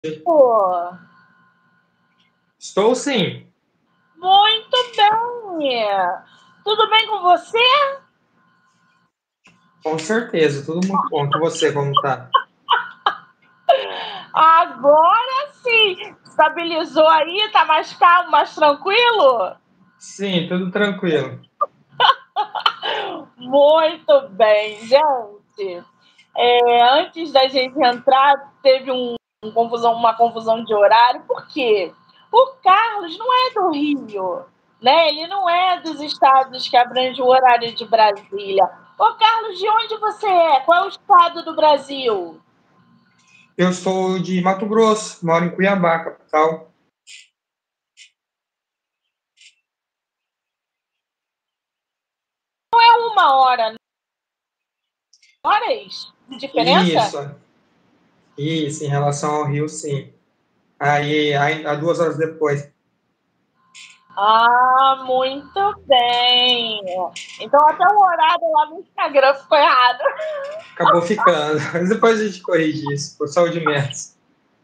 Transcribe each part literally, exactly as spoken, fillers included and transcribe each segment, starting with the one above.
Pô, Estou sim, muito bem. Tudo bem com você? com certeza, tudo muito bom. E você, como tá? Agora sim. Estabilizou aí? Tá mais calmo, mais tranquilo? Sim, tudo tranquilo. Muito bem, gente. É, antes da gente entrar, teve um, um confusão, uma confusão de horário. Por quê? O Carlos não é do Rio, né? Ele não é dos estados que abrange o horário de Brasília. Ô, Carlos, de onde você é? Qual é o estado do Brasil? Eu sou de Mato Grosso, moro em Cuiabá, capital. É uma hora, horas de diferença? Isso, isso, em relação ao Rio, sim. Aí, aí há duas horas depois, Ah, muito bem. Então até o horário lá no Instagram ficou errado. acabou ficando. Mas depois a gente corrige isso, por saúde mental.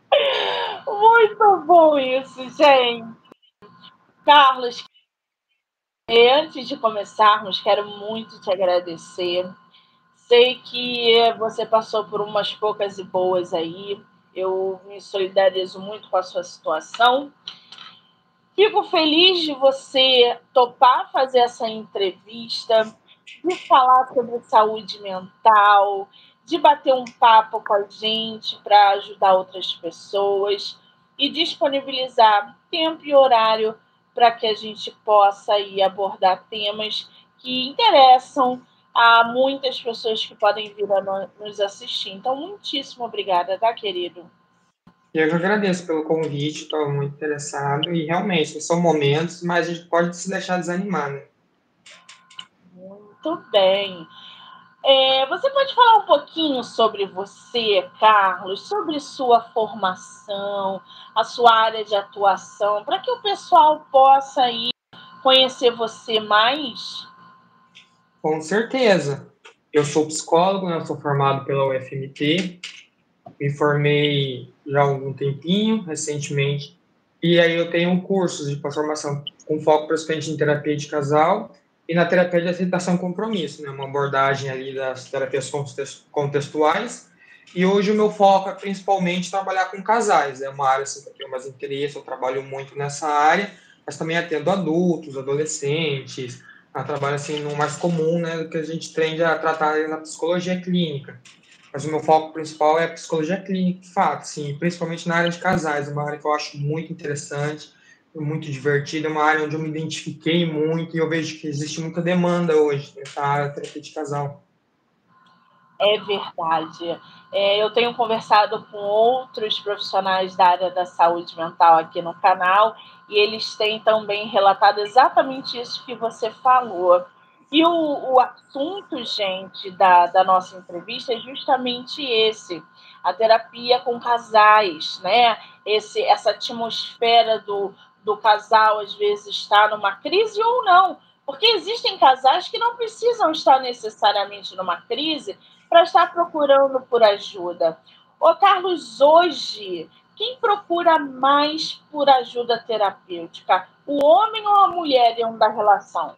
Muito bom isso, gente. Carlos, antes de começarmos, quero muito te agradecer. Sei que você passou por umas poucas e boas aí. Eu me solidarizo muito com a sua situação. Fico feliz de você topar fazer essa entrevista, de falar sobre saúde mental, de bater um papo com a gente para ajudar outras pessoas e disponibilizar tempo e horário para que a gente possa aí abordar temas que interessam a muitas pessoas que podem vir a nos assistir. Então, muitíssimo obrigada, tá, querido? E eu que agradeço pelo convite, estou muito interessado. E realmente, são momentos, mas a gente pode se deixar desanimar, né? Muito bem. É, você pode falar um pouquinho sobre você, Carlos, sobre sua formação, a sua área de atuação, para que o pessoal possa aí conhecer você mais? Com certeza. Eu sou psicólogo, né? Eu sou formado pela U F M T, me formei já há algum tempinho, recentemente, e aí eu tenho cursos de formação com foco principalmente em terapia de casal e na terapia de aceitação e compromisso, né, uma abordagem ali das terapias contextuais, e hoje o meu foco é principalmente trabalhar com casais, é uma área assim, que eu tenho mais interesse, eu trabalho muito nessa área, mas também atendo adultos, adolescentes, a trabalho assim no mais comum, né, que a gente tende a tratar na psicologia clínica. Mas o meu foco principal é a psicologia clínica, de fato, sim, principalmente na área de casais, uma área que eu acho muito interessante, muito divertida, uma área onde eu me identifiquei muito e eu vejo que existe muita demanda hoje nessa área de terapia de casal. É verdade. É, eu tenho conversado com outros profissionais da área da saúde mental aqui no canal e eles têm também relatado exatamente isso que você falou. E o, o assunto, gente, da, da nossa entrevista é justamente esse, a terapia com casais, né? Esse, essa atmosfera do, do casal, às vezes, estar numa crise ou não, porque existem casais que não precisam estar necessariamente numa crise para estar procurando por ajuda. Ô, Carlos, hoje, quem procura mais por ajuda terapêutica? O homem ou a mulher dentro da relação?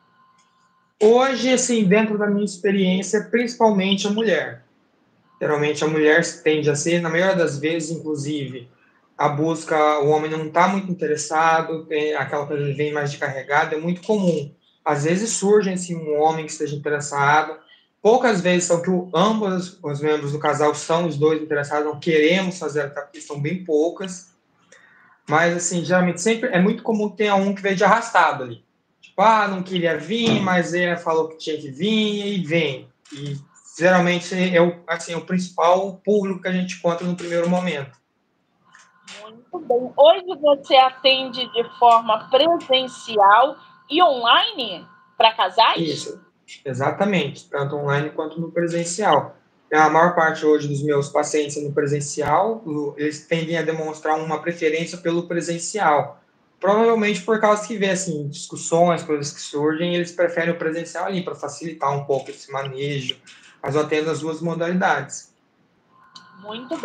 Hoje, assim, dentro da minha experiência, principalmente a mulher. Geralmente a mulher tende a ser, na maioria das vezes, inclusive, a busca, o homem não está muito interessado, tem aquela coisa ele vem mais de carregado, é muito comum. Às vezes surge assim, um homem que esteja interessado, poucas vezes são que o, ambos os membros do casal são os dois interessados, não queremos fazer a terapia, são bem poucas, mas assim, geralmente sempre é muito comum que tenha um que veio de arrastado ali. Tipo, ah, não queria vir, mas ele falou que tinha que vir e vem. E geralmente é o, assim, o principal público que a gente encontra no primeiro momento. Muito bem. Hoje você atende de forma presencial e online para casais? Isso, exatamente, tanto online quanto no presencial. A maior parte hoje dos meus pacientes no presencial, eles tendem a demonstrar uma preferência pelo presencial. Provavelmente por causa que vê assim, discussões, coisas que surgem, eles preferem o presencial ali para facilitar um pouco esse manejo, mas eu atendo as duas modalidades. Muito bem.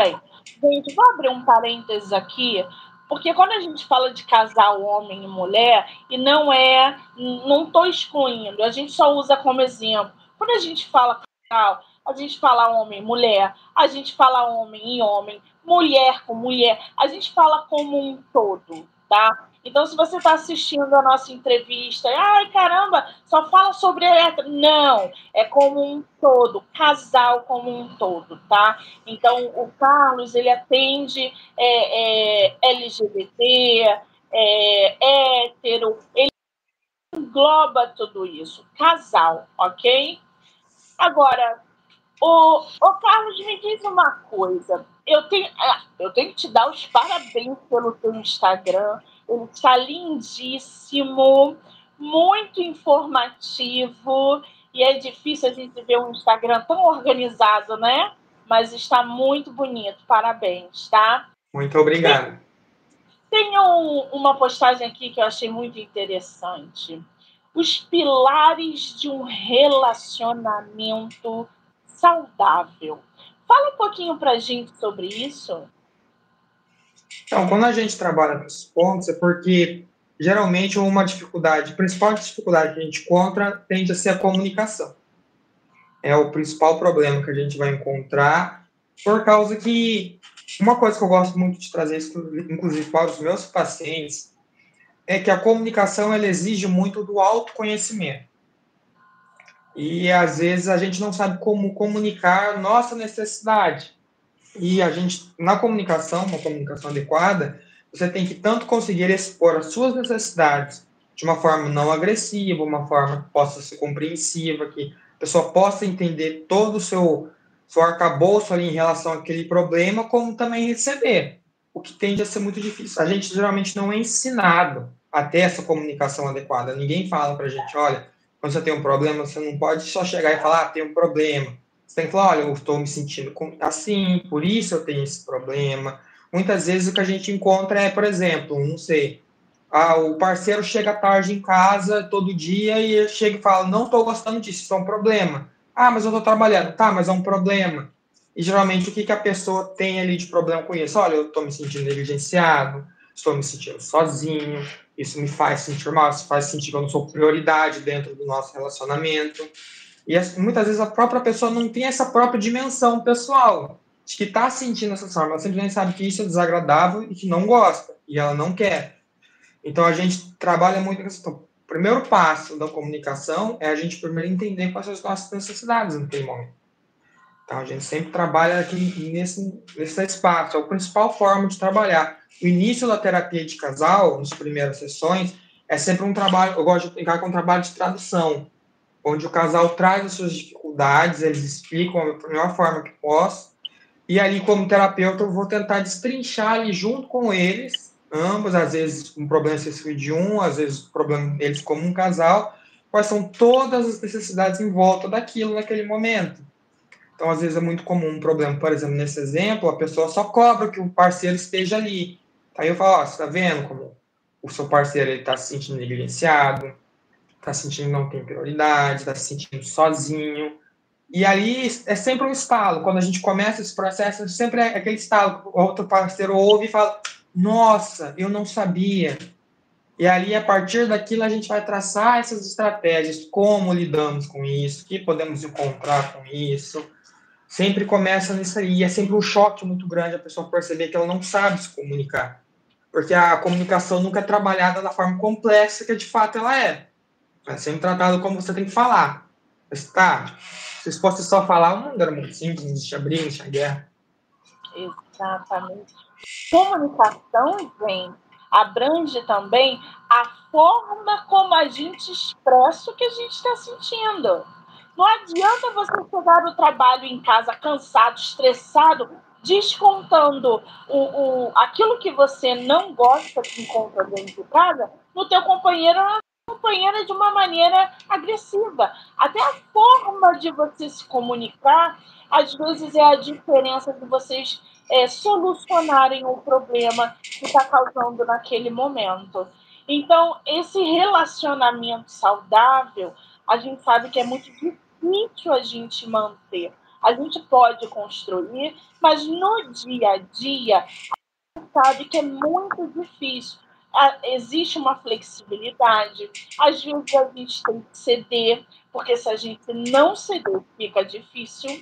Gente, vou abrir um parênteses aqui, porque quando a gente fala de casal homem e mulher, e não é, não estou excluindo, a gente só usa como exemplo. Quando a gente fala casal, a gente fala homem e mulher, a gente fala homem e homem, mulher com mulher, a gente fala como um todo, tá? Então, se você está assistindo a nossa entrevista, ai, caramba, só fala sobre hétero. Não, é como um todo, casal como um todo, tá? Então, o Carlos, ele atende é, é, L G B T, é, hétero, ele engloba tudo isso, casal, ok? Agora, o, o Carlos, me diz uma coisa, eu tenho, eu tenho que te dar os parabéns pelo teu Instagram, ele está lindíssimo, muito informativo, e é difícil a gente ver um Instagram tão organizado, né? Mas está muito bonito, parabéns, tá? Muito obrigado. Tem, tem um, uma postagem aqui que eu achei muito interessante. Os pilares de um relacionamento saudável. Fala um pouquinho para a gente sobre isso. Então, quando a gente trabalha com esses pontos, é porque geralmente uma dificuldade, a principal dificuldade que a gente encontra tende a ser a comunicação. É o principal problema que a gente vai encontrar, por causa que uma coisa que eu gosto muito de trazer, inclusive para os meus pacientes, é que a comunicação ela exige muito do autoconhecimento. E às vezes a gente não sabe como comunicar nossa necessidade. E a gente, na comunicação, uma comunicação adequada, você tem que tanto conseguir expor as suas necessidades de uma forma não agressiva, uma forma que possa ser compreensiva, que a pessoa possa entender todo o seu, seu arcabouço ali em relação àquele problema, como também receber, o que tende a ser muito difícil. A gente geralmente não é ensinado a ter essa comunicação adequada. Ninguém fala para a gente, olha, quando você tem um problema, você não pode só chegar e falar, ah, tem um problema. Você tem que falar, olha, eu estou me sentindo assim, por isso eu tenho esse problema. Muitas vezes o que a gente encontra é, por exemplo, não sei, ah, o parceiro chega tarde em casa todo dia e ele chega e fala, não estou gostando disso, isso é um problema. Ah, mas eu estou trabalhando. Tá, mas é um problema. E geralmente o que, que a pessoa tem ali de problema com isso? Olha, eu estou me sentindo negligenciado, estou me sentindo sozinho, isso me faz sentir mal, isso faz sentir que eu não sou prioridade dentro do nosso relacionamento. E muitas vezes a própria pessoa não tem essa própria dimensão pessoal de que está sentindo essa forma. Ela simplesmente sabe que isso é desagradável e que não gosta, e ela não quer. Então a gente trabalha muito nessa questão. O primeiro passo da comunicação é a gente primeiro entender quais são as nossas necessidades naquele momento. Então a gente sempre trabalha aqui nesse, nesse espaço. É a principal forma de trabalhar. O início da terapia de casal, nas primeiras sessões, é sempre um trabalho, eu gosto de brincar com um trabalho de tradução, onde o casal traz as suas dificuldades, eles explicam da melhor forma que posso, e ali, como terapeuta, eu vou tentar destrinchar ali junto com eles, ambos, às vezes um problema específico de um, às vezes o problema deles como um casal, quais são todas as necessidades em volta daquilo naquele momento. Então, às vezes é muito comum um problema, por exemplo, nesse exemplo, a pessoa só cobra que o parceiro esteja ali. Aí eu falo, ó, você está vendo como o seu parceiro está se sentindo negligenciado, está sentindo que não tem prioridade, está se sentindo sozinho. E aí é sempre um estalo. Quando a gente começa esse processo, sempre é aquele estalo. O outro parceiro ouve e fala, nossa, eu não sabia. E ali, a partir daquilo, a gente vai traçar essas estratégias, como lidamos com isso, o que podemos encontrar com isso. Sempre começa nisso aí. E é sempre um choque muito grande a pessoa perceber que ela não sabe se comunicar. Porque a comunicação nunca é trabalhada da forma complexa que de fato ela é. É sempre tratado como você tem que falar. Mas tá, se fosse só falar, o mundo era muito simples, não existia briga, não existia guerra. Exatamente. Comunicação, gente, abrange também a forma como a gente expressa o que a gente está sentindo. Não adianta você chegar no trabalho em casa cansado, estressado, descontando o, o, aquilo que você não gosta que encontra dentro de casa no teu companheiro ou na companheira de uma maneira agressiva. Até a forma de você se comunicar, às vezes, é a diferença de vocês é, solucionarem o problema que está causando naquele momento. Então, esse relacionamento saudável, a gente sabe que é muito difícil a gente manter, A gente pode construir, mas no dia a dia, a gente sabe que é muito difícil. Existe uma flexibilidade, às vezes a gente tem que ceder, porque se a gente não ceder, fica difícil.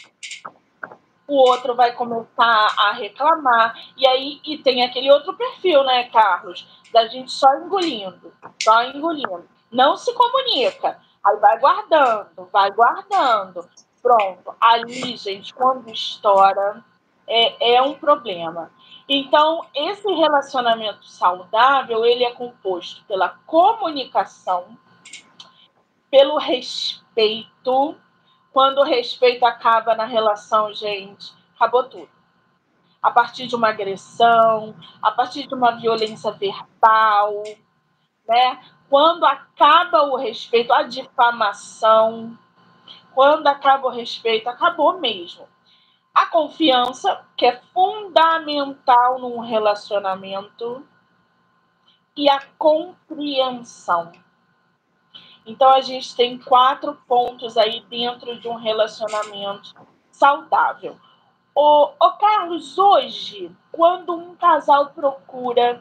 O outro vai começar a reclamar, e aí e tem aquele outro perfil, né, Carlos? Da gente só engolindo, só engolindo. Não se comunica, aí vai guardando, vai guardando. Pronto, ali, gente, quando estoura, é, é um problema. Então, esse relacionamento saudável, ele é composto pela comunicação, pelo respeito. Quando o respeito acaba na relação, gente, acabou tudo. A partir de uma agressão, a partir de uma violência verbal, né? Quando acaba o respeito, a difamação, quando acaba o respeito, acabou mesmo. A confiança, que é fundamental num relacionamento, e a compreensão. Então, a gente tem quatro pontos aí dentro de um relacionamento saudável. Ô, ô Carlos, hoje, quando um casal procura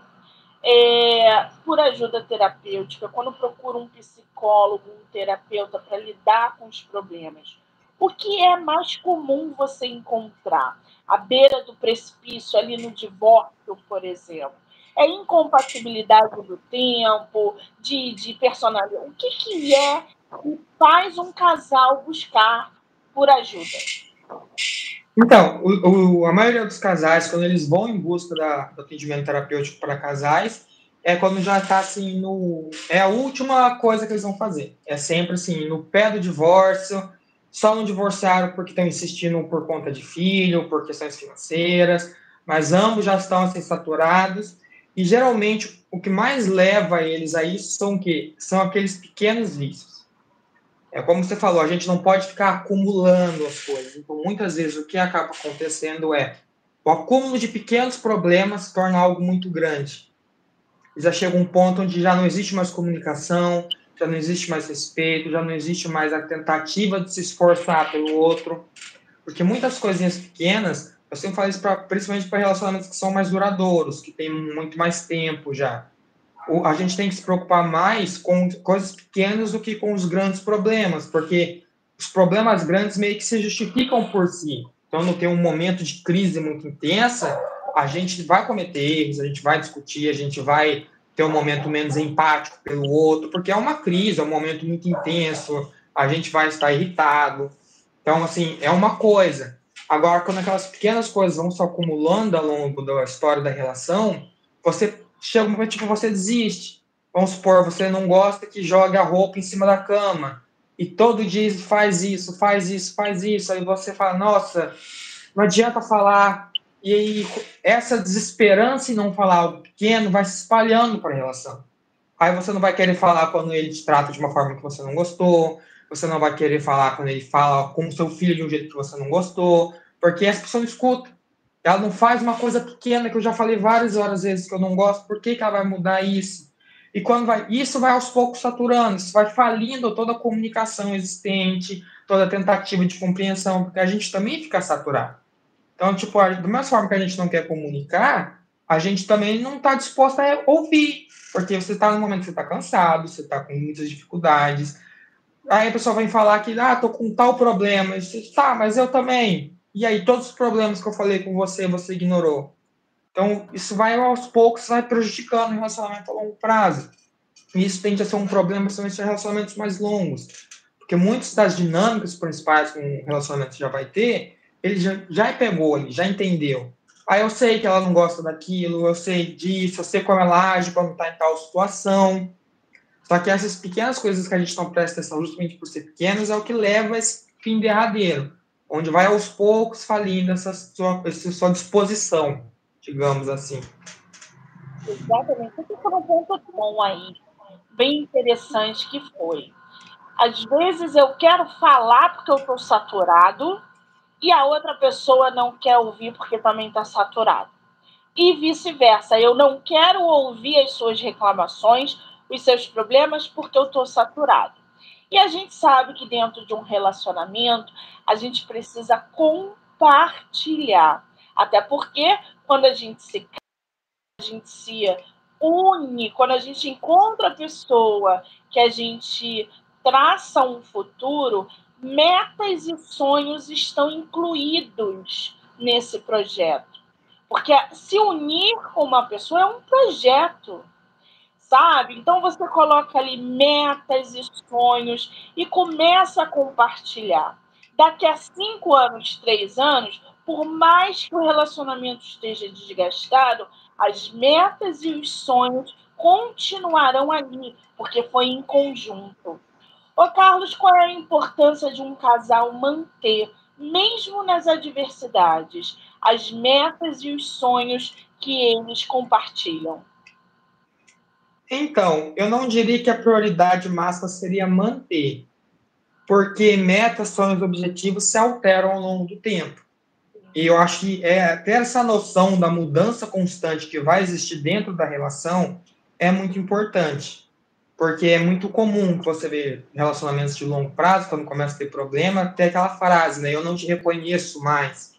é, por ajuda terapêutica, quando procura um psicólogo, um terapeuta para lidar com os problemas, o que é mais comum você encontrar? À beira do precipício, ali no divórcio, por exemplo? É incompatibilidade do tempo, de, de personalidade? O que, que é que faz um casal buscar por ajuda? Então, o, o, a maioria dos casais, quando eles vão em busca da, do atendimento terapêutico para casais, é quando já está assim, no, é a última coisa que eles vão fazer. É sempre assim, no pé do divórcio, só não divorciaram porque estão insistindo por conta de filho, por questões financeiras, mas ambos já estão assim, saturados. E geralmente o que mais leva eles a isso são o quê? São aqueles pequenos vícios. É como você falou, a gente não pode ficar acumulando as coisas. Então, muitas vezes, o que acaba acontecendo é o acúmulo de pequenos problemas se torna algo muito grande. Já chega um ponto onde já não existe mais comunicação, já não existe mais respeito, já não existe mais a tentativa de se esforçar pelo outro. Porque muitas coisinhas pequenas, eu sempre falo isso pra, principalmente para relacionamentos que são mais duradouros, que têm muito mais tempo já. A gente tem que se preocupar mais com coisas pequenas do que com os grandes problemas, porque os problemas grandes meio que se justificam por si. Então, não tem um momento de crise muito intensa, a gente vai cometer erros, a gente vai discutir, a gente vai ter um momento menos empático pelo outro, porque é uma crise, é um momento muito intenso, a gente vai estar irritado. Então, assim, é uma coisa. Agora, quando aquelas pequenas coisas vão se acumulando ao longo da história da relação, você chega um momento que você desiste. Vamos supor, você não gosta que jogue a roupa em cima da cama. E todo dia faz isso, faz isso, faz isso. Aí você fala, nossa, não adianta falar. E aí essa desesperança em não falar algo pequeno vai se espalhando para a relação. Aí você não vai querer falar quando ele te trata de uma forma que você não gostou. Você não vai querer falar quando ele fala com o seu filho de um jeito que você não gostou. Porque essa pessoa não escuta. Ela não faz uma coisa pequena que eu já falei várias horas vezes que eu não gosto. Por que, que ela vai mudar isso? E quando vai, isso vai aos poucos saturando, isso vai falindo toda a comunicação existente, toda a tentativa de compreensão, porque a gente também fica saturado. Então, tipo, da mesma forma que a gente não quer comunicar, a gente também não está disposto a ouvir, porque você está no momento que você está cansado, você está com muitas dificuldades. Aí a pessoa vem falar que, ah, tô com tal problema. Você, tá, mas eu também. E aí, todos os problemas que eu falei com você, você ignorou. Então, isso vai aos poucos, vai prejudicando o relacionamento a longo prazo. E isso tende a ser um problema, principalmente em relacionamentos mais longos. Porque muitas das dinâmicas principais que um relacionamento já vai ter, ele já, já pegou, ele já entendeu. Aí eu sei que ela não gosta daquilo, eu sei disso, eu sei como ela age quando está em tal situação. Só que essas pequenas coisas que a gente não presta atenção justamente por ser pequenas é o que leva a esse fim derradeiro, onde vai aos poucos falindo essa sua, essa sua disposição, digamos assim. Exatamente. Você ficou um ponto bom aí, bem interessante que foi. Às vezes eu quero falar porque eu estou saturado e a outra pessoa não quer ouvir porque também está saturado. E vice-versa, eu não quero ouvir as suas reclamações, os seus problemas porque eu estou saturado. E a gente sabe que dentro de um relacionamento, a gente precisa compartilhar. Até porque quando a gente se a gente se une, quando a gente encontra a pessoa que a gente traça um futuro, metas e sonhos estão incluídos nesse projeto. Porque se unir com uma pessoa é um projeto, sabe? Então você coloca ali metas e sonhos e começa a compartilhar. Daqui a cinco anos, três anos, por mais que o relacionamento esteja desgastado, as metas e os sonhos continuarão ali, porque foi em conjunto. Ô, Carlos, qual é a importância de um casal manter, mesmo nas adversidades, as metas e os sonhos que eles compartilham? Então, eu não diria que a prioridade máxima seria manter, porque metas, sonhos, objetivos se alteram ao longo do tempo. E eu acho que é, ter essa noção da mudança constante que vai existir dentro da relação é muito importante. Porque é muito comum que você vê relacionamentos de longo prazo, quando começa a ter problema, ter aquela frase, né? Eu não te reconheço mais.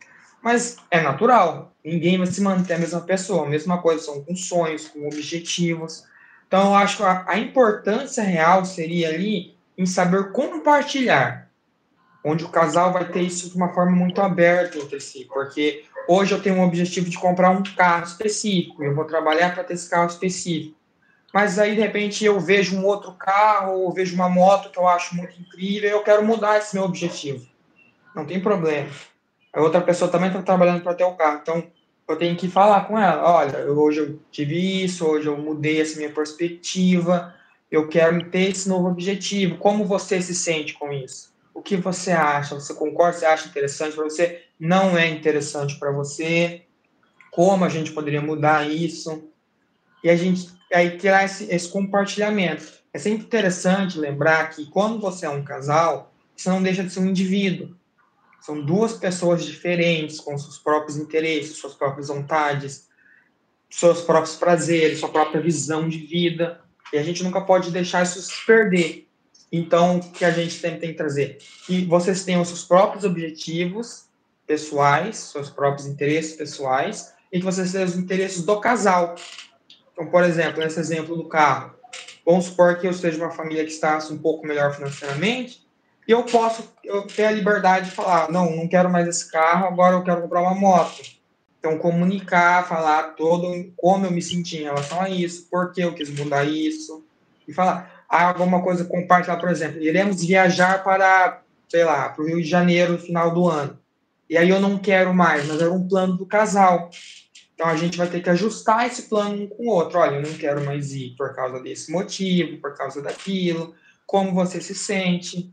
Mas é natural. Ninguém vai se manter a mesma pessoa. A mesma coisa são com sonhos, com objetivos. Então, eu acho que a, a importância real seria ali em saber compartilhar, onde o casal vai ter isso de uma forma muito aberta entre si, porque hoje eu tenho um objetivo de comprar um carro específico, eu vou trabalhar para ter esse carro específico, mas aí de repente eu vejo um outro carro, ou vejo uma moto que eu acho muito incrível, e eu quero mudar esse meu objetivo. Não tem problema. A outra pessoa também está trabalhando para ter o carro, então eu tenho que falar com ela, olha, eu, hoje eu tive isso, hoje eu mudei essa minha perspectiva, eu quero ter esse novo objetivo, como você se sente com isso? O que você acha? Você concorda? Você acha interessante para você? Não é interessante para você? Como a gente poderia mudar isso? E a gente aí criar esse, esse compartilhamento. É sempre interessante lembrar que quando você é um casal, você não deixa de ser um indivíduo. São duas pessoas diferentes, com seus próprios interesses, suas próprias vontades, seus próprios prazeres, sua própria visão de vida. E a gente nunca pode deixar isso se perder. Então, o que a gente sempre tem que trazer? Que vocês tenham os seus próprios objetivos pessoais, seus próprios interesses pessoais, e que vocês tenham os interesses do casal. Então, por exemplo, nesse exemplo do carro, vamos supor que eu seja uma família que está um pouco melhor financeiramente, e eu posso eu ter a liberdade de falar, não, não quero mais esse carro, agora eu quero comprar uma moto. Então, comunicar, falar todo como eu me senti em relação a isso, por que eu quis mudar isso, e falar, ah, alguma coisa, compartilhar, por exemplo, iremos viajar para, sei lá, para o Rio de Janeiro no final do ano. E aí eu não quero mais, mas era um plano do casal. Então, a gente vai ter que ajustar esse plano um com o outro. Olha, eu não quero mais ir por causa desse motivo, por causa daquilo, como você se sente,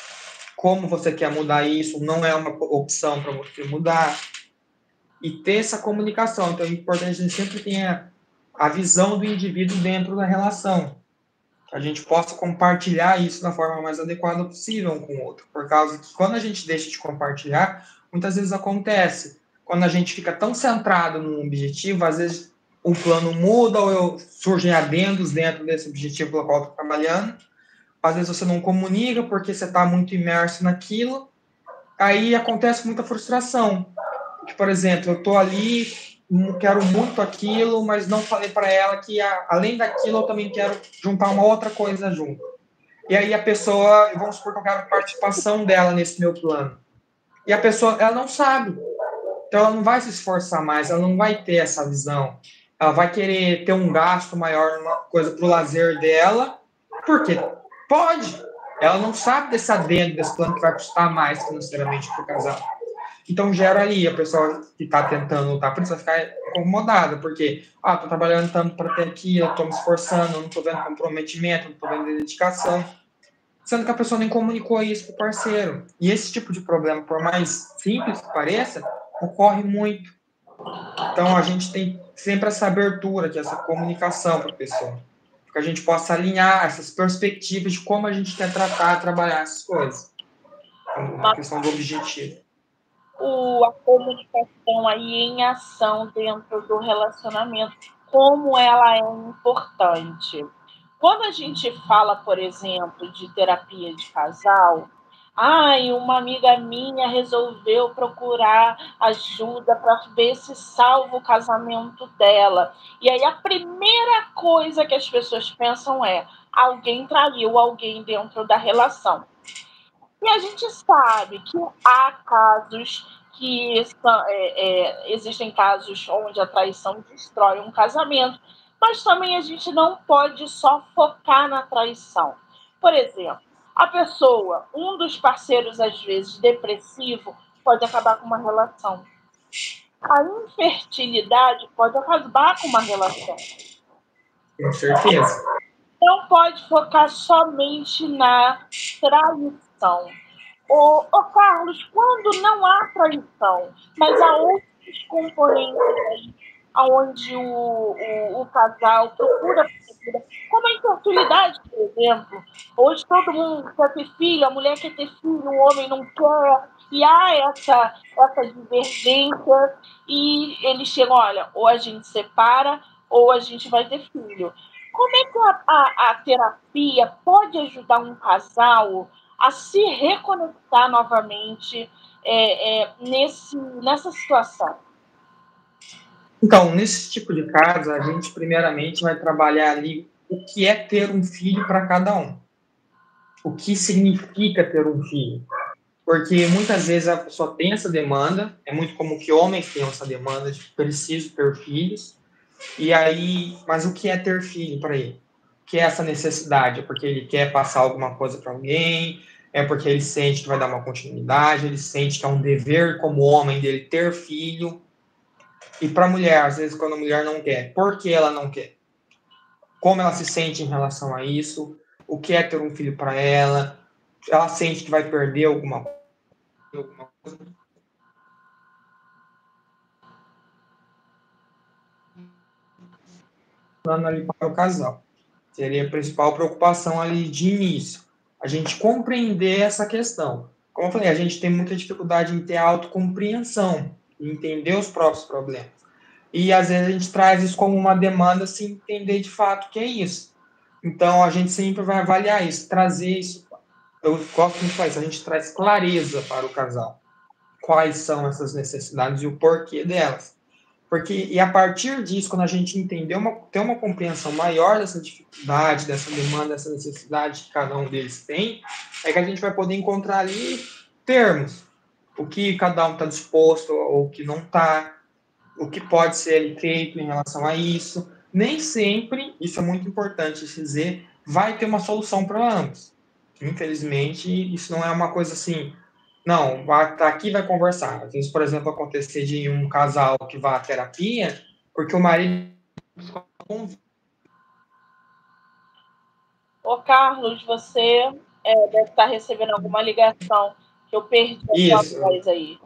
como você quer mudar isso, não é uma opção para você mudar. E ter essa comunicação. Então, é importante que a gente sempre tenha a visão do indivíduo dentro da relação. Que a gente possa compartilhar isso da forma mais adequada possível um com o outro. Por causa que quando a gente deixa de compartilhar, muitas vezes acontece. Quando a gente fica tão centrado num objetivo, às vezes o plano muda ou eu, surgem adendos dentro desse objetivo pelo qual eu estou trabalhando. Às vezes você não comunica porque você está muito imerso naquilo. Aí acontece muita frustração. Porque, por exemplo, eu estou ali, quero muito aquilo, mas não falei para ela que, além daquilo, eu também quero juntar uma outra coisa junto. E aí a pessoa, vamos supor que eu quero participação dela nesse meu plano. E a pessoa, ela não sabe. Então, ela não vai se esforçar mais, ela não vai ter essa visão. Ela vai querer ter um gasto maior numa coisa para o lazer dela, porque pode. Ela não sabe desse adendo, desse plano que vai custar mais financeiramente para o casal. Então, gera ali a pessoa que está tentando lutar por isso vai ficar incomodada, porque, ah, estou trabalhando tanto para ter aquilo, estou me esforçando, não estou vendo comprometimento, não estou vendo dedicação, sendo que a pessoa nem comunicou isso para o parceiro. E esse tipo de problema, por mais simples que pareça, ocorre muito. Então, a gente tem sempre essa abertura, que é essa comunicação para a pessoa, para que a gente possa alinhar essas perspectivas de como a gente quer tratar, trabalhar essas coisas. A questão do objetivo. O, a comunicação aí em ação dentro do relacionamento, como ela é importante. Quando a gente fala, por exemplo, de terapia de casal, ai, uma amiga minha resolveu procurar ajuda para ver se salva o casamento dela. E aí a primeira coisa que as pessoas pensam é: alguém traiu alguém dentro da relação. E a gente sabe que há casos que são, é, é, existem casos onde a traição destrói um casamento, mas também a gente não pode só focar na traição. Por exemplo, a pessoa, um dos parceiros, às vezes, depressivo, pode acabar com uma relação. A infertilidade pode acabar com uma relação. Com certeza. Não pode focar somente na traição. Ô, ô, Carlos, quando não há traição, mas há outros componentes aí, onde o, o, o casal procura, procura, como a infertilidade, por exemplo. Hoje todo mundo quer ter filho, a mulher quer ter filho, o homem não quer, e há essa, essa divergência, e eles chegam, olha, ou a gente separa, ou a gente vai ter filho. Como é que a, a, a terapia pode ajudar um casal a se reconectar novamente é, é, nesse, nessa situação? Então, nesse tipo de caso, a gente primeiramente vai trabalhar ali o que é ter um filho para cada um. O que significa ter um filho. Porque muitas vezes a pessoa tem essa demanda, é muito comum que homens tenham essa demanda de preciso ter filhos, e aí, mas o que é ter filho para ele? O que é essa necessidade? É porque ele quer passar alguma coisa para alguém? É porque ele sente que vai dar uma continuidade? Ele sente que é um dever como homem dele ter filho? E para a mulher, às vezes, quando a mulher não quer, por que ela não quer? Como ela se sente em relação a isso? O que é ter um filho para ela? Ela sente que vai perder alguma coisa? Alguma coisa? Ali para o casal. Seria a principal preocupação ali de início. A gente compreender essa questão. Como eu falei, a gente tem muita dificuldade em ter autocompreensão, em entender os próprios problemas. E às vezes a gente traz isso como uma demanda sem entender de fato o que é isso. Então a gente sempre vai avaliar isso, trazer isso. Eu gosto muito de fazer isso, a gente traz clareza para o casal. Quais são essas necessidades e o porquê delas. Porque, e a partir disso, quando a gente entender uma, ter uma compreensão maior dessa dificuldade, dessa demanda, dessa necessidade que cada um deles tem, é que a gente vai poder encontrar ali termos. O que cada um está disposto ou o que não está, o que pode ser feito em relação a isso. Nem sempre, isso é muito importante dizer, vai ter uma solução para ambos. Infelizmente, isso não é uma coisa assim, não, vai tá aqui vai conversar. Às vezes, por exemplo, acontecer de um casal que vá à terapia, porque o marido. Ô, Carlos, você é, deve estar recebendo alguma ligação que eu perdi a sua Isso, voz aí.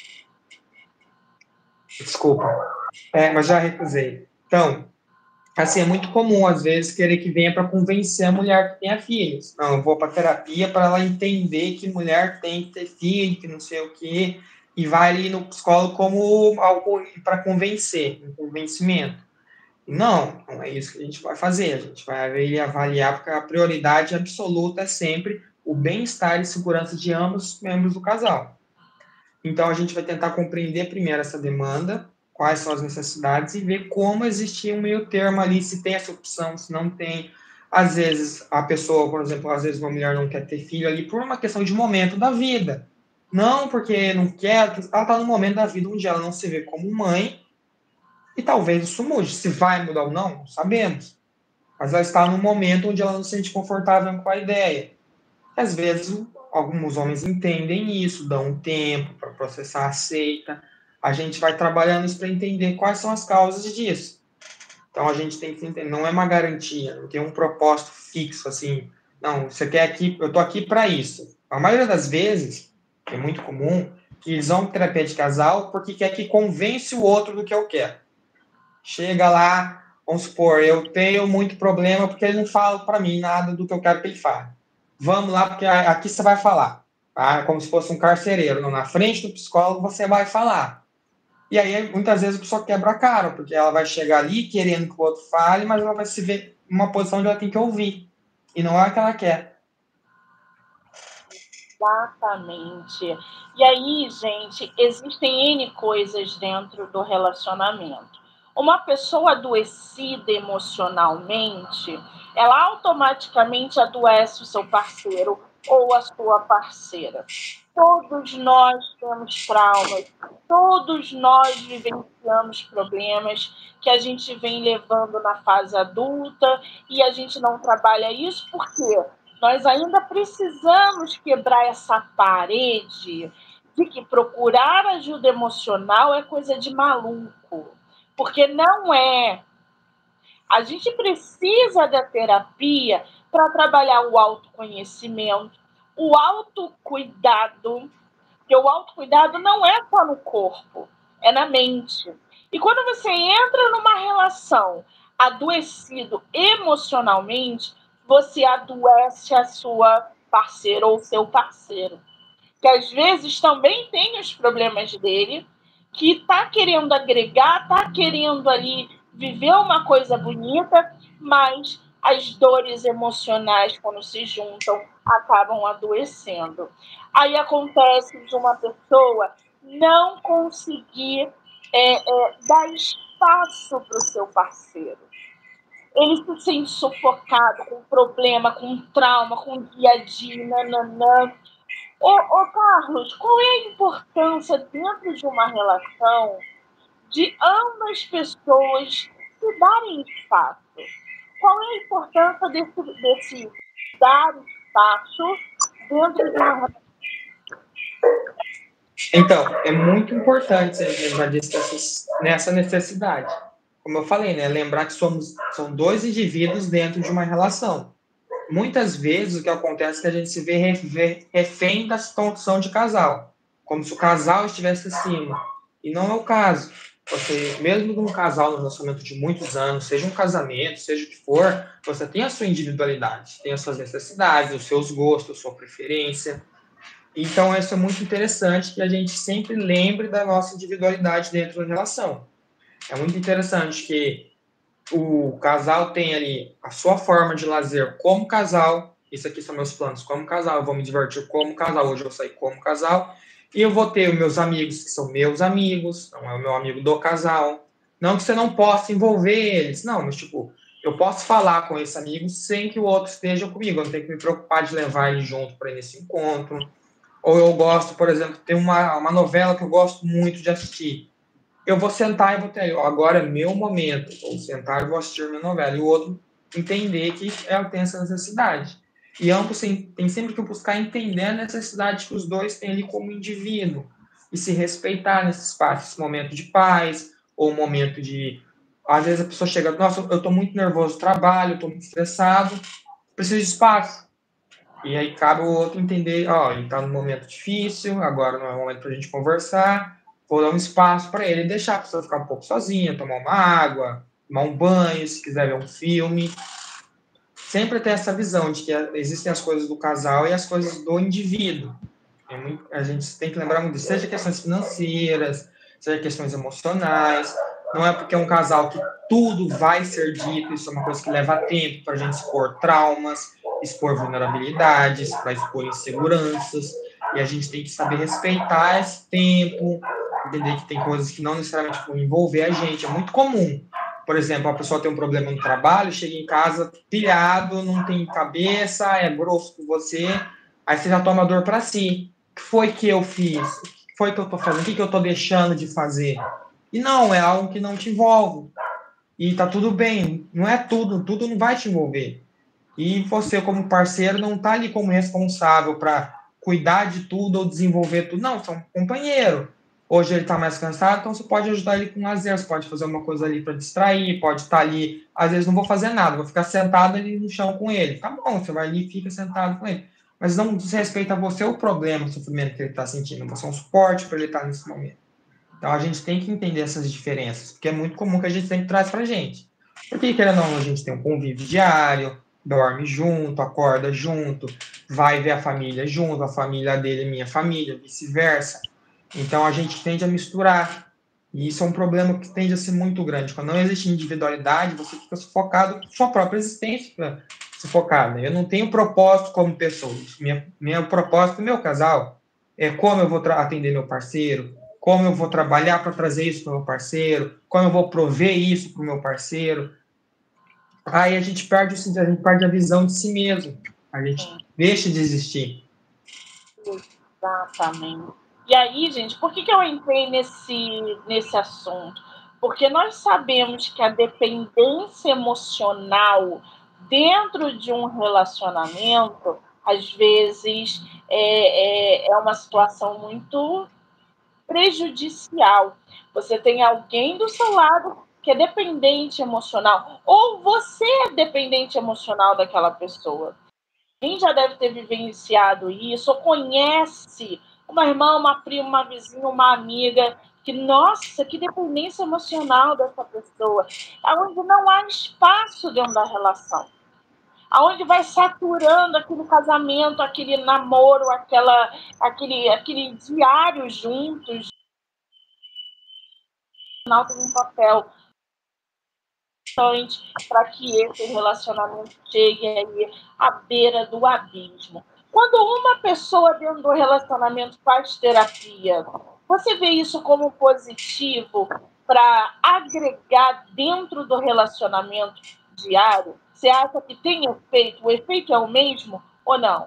desculpa. É, mas já recusei. Então, assim, é muito comum, às vezes, querer que venha para convencer a mulher que tenha filhos. Não, eu vou para terapia para ela entender que mulher tem que ter filho, que não sei o quê, e vai ali no psicólogo como algo para convencer, um convencimento. Não, não é isso que a gente vai fazer. A gente vai avaliar, porque a prioridade absoluta é sempre o bem-estar e segurança de ambos os membros do casal. Então, a gente vai tentar compreender primeiro essa demanda, quais são as necessidades e ver como existir um meio termo ali, se tem essa opção, se não tem. Às vezes, a pessoa, por exemplo, às vezes uma mulher não quer ter filho ali por uma questão de momento da vida. Não porque não quer, ela está no momento da vida onde ela não se vê como mãe e talvez isso mude. Se vai mudar ou não, não sabemos. Mas ela está num momento onde ela não se sente confortável com a ideia. Às vezes, alguns homens entendem isso, dão um tempo para processar, aceita. A gente vai trabalhando isso para entender quais são as causas disso. Então, a gente tem que entender, não é uma garantia, não tem um propósito fixo, assim, não, você quer aqui, eu estou aqui para isso. A maioria das vezes, é muito comum, que eles vão para terapia de casal porque quer que convence o outro do que eu quero. Chega lá, vamos supor, eu tenho muito problema porque ele não fala para mim nada do que eu quero que ele fale. Vamos lá, porque aqui você vai falar. Tá? Como se fosse um carcereiro. Não, na frente do psicólogo você vai falar. E aí, muitas vezes, a pessoa quebra a cara, porque ela vai chegar ali querendo que o outro fale, mas ela vai se ver uma posição onde ela tem que ouvir, e não é o que ela quer. Exatamente. E aí, gente, existem N coisas dentro do relacionamento. Uma pessoa adoecida emocionalmente, ela automaticamente adoece o seu parceiro ou a sua parceira. Todos nós temos traumas, todos nós vivenciamos problemas que a gente vem levando na fase adulta e a gente não trabalha isso por quê? Nós ainda precisamos quebrar essa parede de que procurar ajuda emocional é coisa de maluco, porque não é. A gente precisa da terapia para trabalhar o autoconhecimento, o autocuidado, porque o autocuidado não é só no corpo, é na mente. E quando você entra numa relação adoecido emocionalmente, você adoece a sua parceira ou seu parceiro, que às vezes também tem os problemas dele, que está querendo agregar, está querendo ali viver uma coisa bonita, mas as dores emocionais, quando se juntam, acabam adoecendo. Aí acontece de uma pessoa não conseguir é, é, dar espaço para o seu parceiro. Ele se sente sufocado com problema, com trauma, com dia a dia, nananã. Ô, ô, Carlos, qual é a importância dentro de uma relação de ambas pessoas se darem espaço? Qual é a importância desse, desse dar espaço dentro de uma relação? Então, é muito importante lembrar disso nessa necessidade. Como eu falei, né? Lembrar que somos são dois indivíduos dentro de uma relação. Muitas vezes o que acontece é que a gente se vê refém da situação de casal, como se o casal estivesse acima. E não é o caso. Você, mesmo num casal, num relacionamento de muitos anos, seja um casamento, seja o que for, você tem a sua individualidade, tem as suas necessidades, os seus gostos, a sua preferência. Então, isso é muito interessante que a gente sempre lembre da nossa individualidade dentro da relação. É muito interessante que o casal tem ali a sua forma de lazer como casal. Isso aqui são meus planos como casal. Eu vou me divertir como casal. Hoje eu vou sair como casal. E eu vou ter os meus amigos, que são meus amigos. Não é o meu amigo do casal. Não que você não possa envolver eles. Não, mas tipo, eu posso falar com esse amigo sem que o outro esteja comigo. Eu não tenho que me preocupar de levar ele junto para ir nesse encontro. Ou eu gosto, por exemplo, tem uma, uma novela que eu gosto muito de assistir. Eu vou sentar e vou ter, agora é meu momento, vou sentar e vou assistir minha novela. E o outro entender que ela tem essa necessidade. E ambos tem sempre que buscar entender a necessidade que os dois têm ali como indivíduo. E se respeitar nesse espaço, esse momento de paz, ou um momento de... Às vezes a pessoa chega, nossa, eu estou muito nervoso no trabalho, eu estou muito estressado, preciso de espaço. E aí cabe o outro entender, ó, ele está num momento difícil, agora não é o momento para a gente conversar, vou dar um espaço para ele, deixar a pessoa ficar um pouco sozinha, tomar uma água, tomar um banho, se quiser ver um filme. Sempre ter essa visão de que existem as coisas do casal e as coisas do indivíduo. É muito, a gente tem que lembrar muito disso, seja questões financeiras, seja questões emocionais. Não é porque é um casal que tudo vai ser dito, isso é uma coisa que leva tempo para a gente expor traumas, expor vulnerabilidades, para expor inseguranças, e a gente tem que saber respeitar esse tempo, entender que tem coisas que não necessariamente vão envolver a gente. É muito comum, por exemplo, a pessoa tem um problema no trabalho, chega em casa pilhado, não tem cabeça, é grosso com você, aí você já toma dor para si. O que foi que eu fiz? O que foi que eu estou fazendo? O que, que eu estou deixando de fazer? E não, é algo que não te envolve. E tá tudo bem, não é tudo, tudo não vai te envolver. E você, como parceiro, não está ali como responsável para cuidar de tudo ou desenvolver tudo. Não, você é um companheiro. Hoje ele está mais cansado, então você pode ajudar ele com lazer, você pode fazer uma coisa ali para distrair, pode estar ali, às vezes não vou fazer nada, vou ficar sentado ali no chão com ele. Tá bom, você vai ali e fica sentado com ele. Mas não desrespeita você o problema, o sofrimento que ele está sentindo. Você é um suporte para ele estar nesse momento. Então a gente tem que entender essas diferenças, porque é muito comum que a gente sempre traz para a gente. Porque, querendo ou não, a gente tem um convívio diário, dorme junto, acorda junto, vai ver a família junto, a família dele é minha família, vice-versa. Então a gente tende a misturar. E isso é um problema que tende a ser muito grande. Quando não existe individualidade, você fica sufocado, sua própria existência fica sufocada. Eu não tenho propósito como pessoa. Minha, meu propósito, meu casal, é como eu vou atender meu parceiro, como eu vou trabalhar para trazer isso para o meu parceiro, como eu vou prover isso para o meu parceiro. Aí a gente perde, a gente perde a visão de si mesmo. A gente deixa de existir. Exatamente. E aí, gente, por que, que eu entrei nesse, nesse assunto? Porque nós sabemos que a dependência emocional dentro de um relacionamento, às vezes, é, é, é uma situação muito prejudicial. Você tem alguém do seu lado que é dependente emocional, ou você é dependente emocional daquela pessoa. Quem já deve ter vivenciado isso, ou conhece uma irmã, uma prima, uma vizinha, uma amiga, que, nossa, que dependência emocional dessa pessoa, onde não há espaço dentro da relação, aonde vai saturando aquele casamento, aquele namoro, aquela, aquele, aquele diário juntos, não tem um papel para que esse relacionamento chegue aí à beira do abismo. Quando uma pessoa dentro do relacionamento faz terapia, você vê isso como positivo para agregar dentro do relacionamento diário? Você acha que tem efeito? O efeito é o mesmo ou não?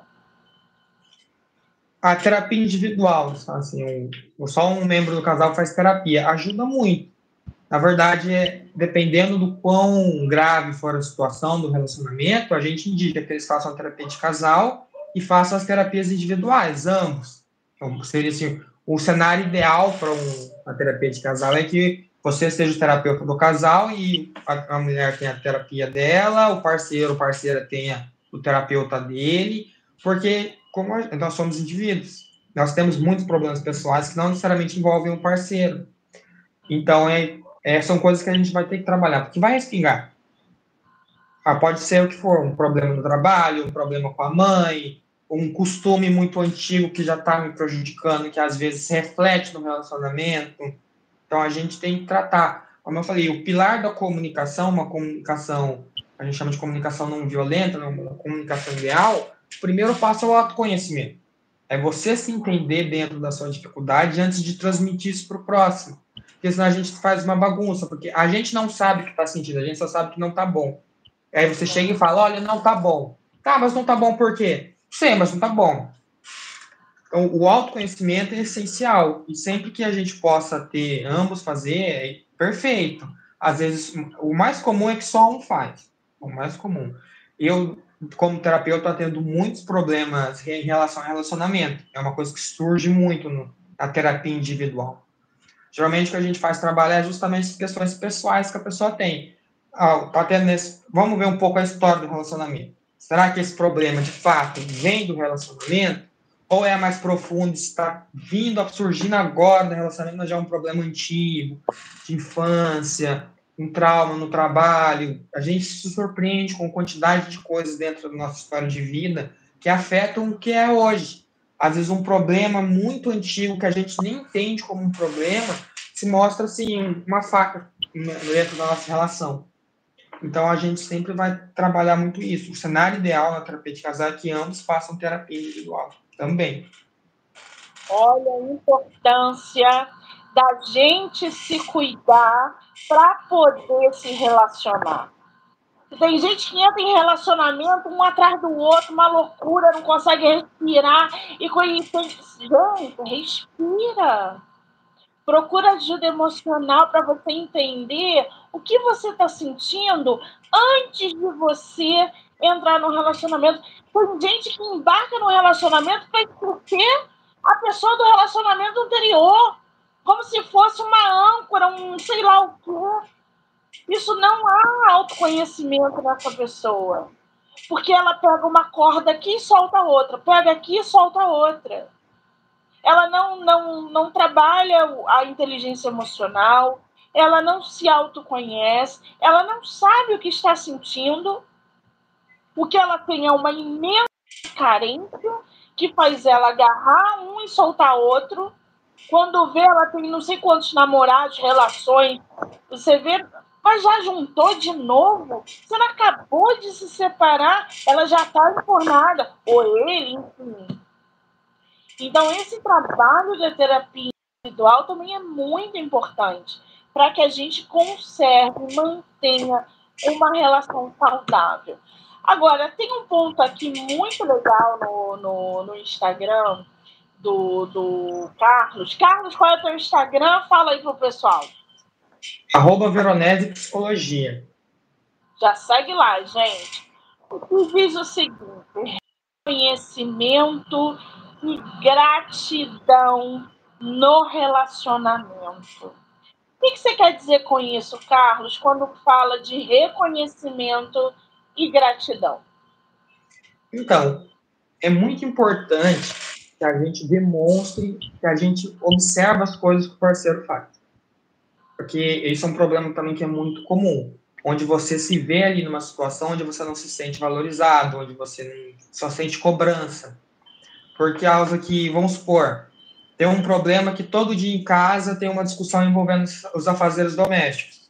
A terapia individual, assim, só um membro do casal faz terapia, ajuda muito. Na verdade, é, dependendo do quão grave for a situação do relacionamento, a gente indica que eles façam a terapia de casal e façam as terapias individuais, ambos. Então, seria assim, o cenário ideal para um, a terapia de casal é que você seja o terapeuta do casal e a, a mulher tenha a terapia dela, o parceiro ou parceira tenha o terapeuta dele, porque como a, nós somos indivíduos, nós temos muitos problemas pessoais que não necessariamente envolvem o parceiro. Então, é, é, são coisas que a gente vai ter que trabalhar, porque vai respingar. Ah, pode ser o que for, um problema no trabalho, um problema com a mãe, um costume muito antigo que já está me prejudicando, que às vezes reflete no relacionamento. Então, a gente tem que tratar. Como eu falei, o pilar da comunicação, uma comunicação, a gente chama de comunicação não violenta, uma comunicação ideal, o primeiro passo é o autoconhecimento. É você se entender dentro da sua dificuldade antes de transmitir isso para o próximo. Porque senão a gente faz uma bagunça, porque a gente não sabe o que está sentindo, a gente só sabe que não está bom. Aí você chega e fala, olha, não está bom. Tá, mas não está bom por quê? Sei, mas não está bom. Então, o autoconhecimento é essencial. E sempre que a gente possa ter ambos fazer, é perfeito. Às vezes, o mais comum é que só um faz. O mais comum. Eu, como terapeuta, estou tendo muitos problemas em relação ao relacionamento. É uma coisa que surge muito no, na terapia individual. Geralmente, o que a gente faz trabalho é justamente as questões pessoais que a pessoa tem. Ah, tá tendo nesse... Vamos ver um pouco a história do relacionamento. Será que esse problema, de fato, vem do relacionamento? Ou é mais profundo, está vindo, surgindo agora no relacionamento, mas já é um problema antigo, de infância, um trauma no trabalho? A gente se surpreende com a quantidade de coisas dentro da nossa história de vida que afetam o que é hoje. Às vezes um problema muito antigo que a gente nem entende como um problema se mostra assim uma faca dentro da nossa relação. Então a gente sempre vai trabalhar muito isso. O cenário ideal na terapia de casal é que ambos façam terapia individual também. Olha a importância da gente se cuidar para poder se relacionar. Tem gente que entra em relacionamento um atrás do outro, uma loucura, não consegue respirar. E conhece, gente, respira. Procura ajuda emocional para você entender o que você está sentindo antes de você entrar no relacionamento. Tem gente que embarca no relacionamento para esquecer a pessoa do relacionamento anterior, como se fosse uma âncora, um sei lá o quê. Isso não há autoconhecimento nessa pessoa. Porque ela pega uma corda aqui e solta outra, pega aqui e solta outra. Ela não, não, não trabalha a inteligência emocional, ela não se autoconhece, ela não sabe o que está sentindo, porque ela tem uma imensa carência que faz ela agarrar um e soltar outro. Quando vê, ela tem não sei quantos namorados, relações. Você vê, mas já juntou de novo? Você não acabou de se separar? Ela já está informada. Ou ele, enfim. Então, esse trabalho da terapia individual também é muito importante para que a gente conserve, mantenha uma relação saudável. Agora, tem um ponto aqui muito legal no, no, no Instagram do, do Carlos. Carlos, qual é o teu Instagram? Fala aí pro pessoal. Arroba Veronese Psicologia. Já segue lá, gente. E diz o seguinte: reconhecimento e gratidão no relacionamento. O que você quer dizer com isso, Carlos, quando fala de reconhecimento e gratidão? Então, é muito importante que a gente demonstre, que a gente observa as coisas que o parceiro faz. Porque esse é um problema também que é muito comum, onde você se vê ali numa situação onde você não se sente valorizado, onde você só sente cobrança. Por causa que, vamos supor, tem um problema que todo dia em casa tem uma discussão envolvendo os afazeres domésticos.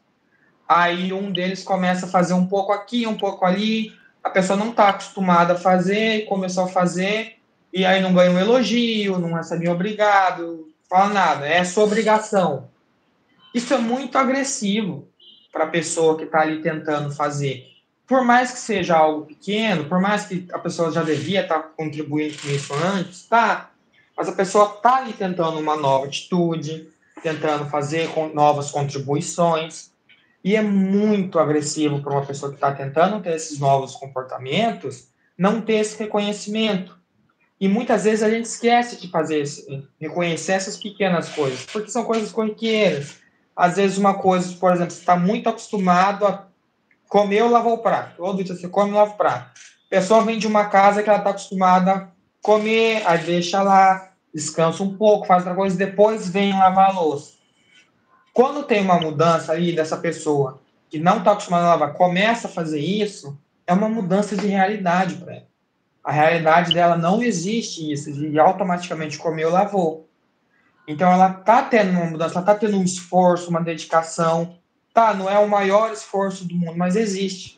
Aí um deles começa a fazer um pouco aqui, um pouco ali, a pessoa não está acostumada a fazer, começou a fazer, e aí não ganha um elogio, não recebe um obrigado, fala nada, é sua obrigação. Isso é muito agressivo para a pessoa que está ali tentando fazer. Por mais que seja algo pequeno, por mais que a pessoa já devia estar contribuindo com isso antes, tá? Mas a pessoa está ali tentando uma nova atitude, tentando fazer novas contribuições. E é muito agressivo para uma pessoa que está tentando ter esses novos comportamentos não ter esse reconhecimento. E muitas vezes a gente esquece de fazer esse, reconhecer essas pequenas coisas, porque são coisas corriqueiras. Às vezes uma coisa, por exemplo, você está muito acostumado a comer ou lavar o prato. Todo dia você come e lava o prato. A pessoa vem de uma casa que ela está acostumada a comer, aí deixa lá, descansa um pouco, faz outra coisa, depois vem lavar a louça. Quando tem uma mudança aí dessa pessoa que não está acostumada a lavar, começa a fazer isso, é uma mudança de realidade para ela. A realidade dela não existe isso, de automaticamente comer ou lavou. Então ela está tendo uma mudança, ela está tendo um esforço, uma dedicação. Tá, não é o maior esforço do mundo, mas existe.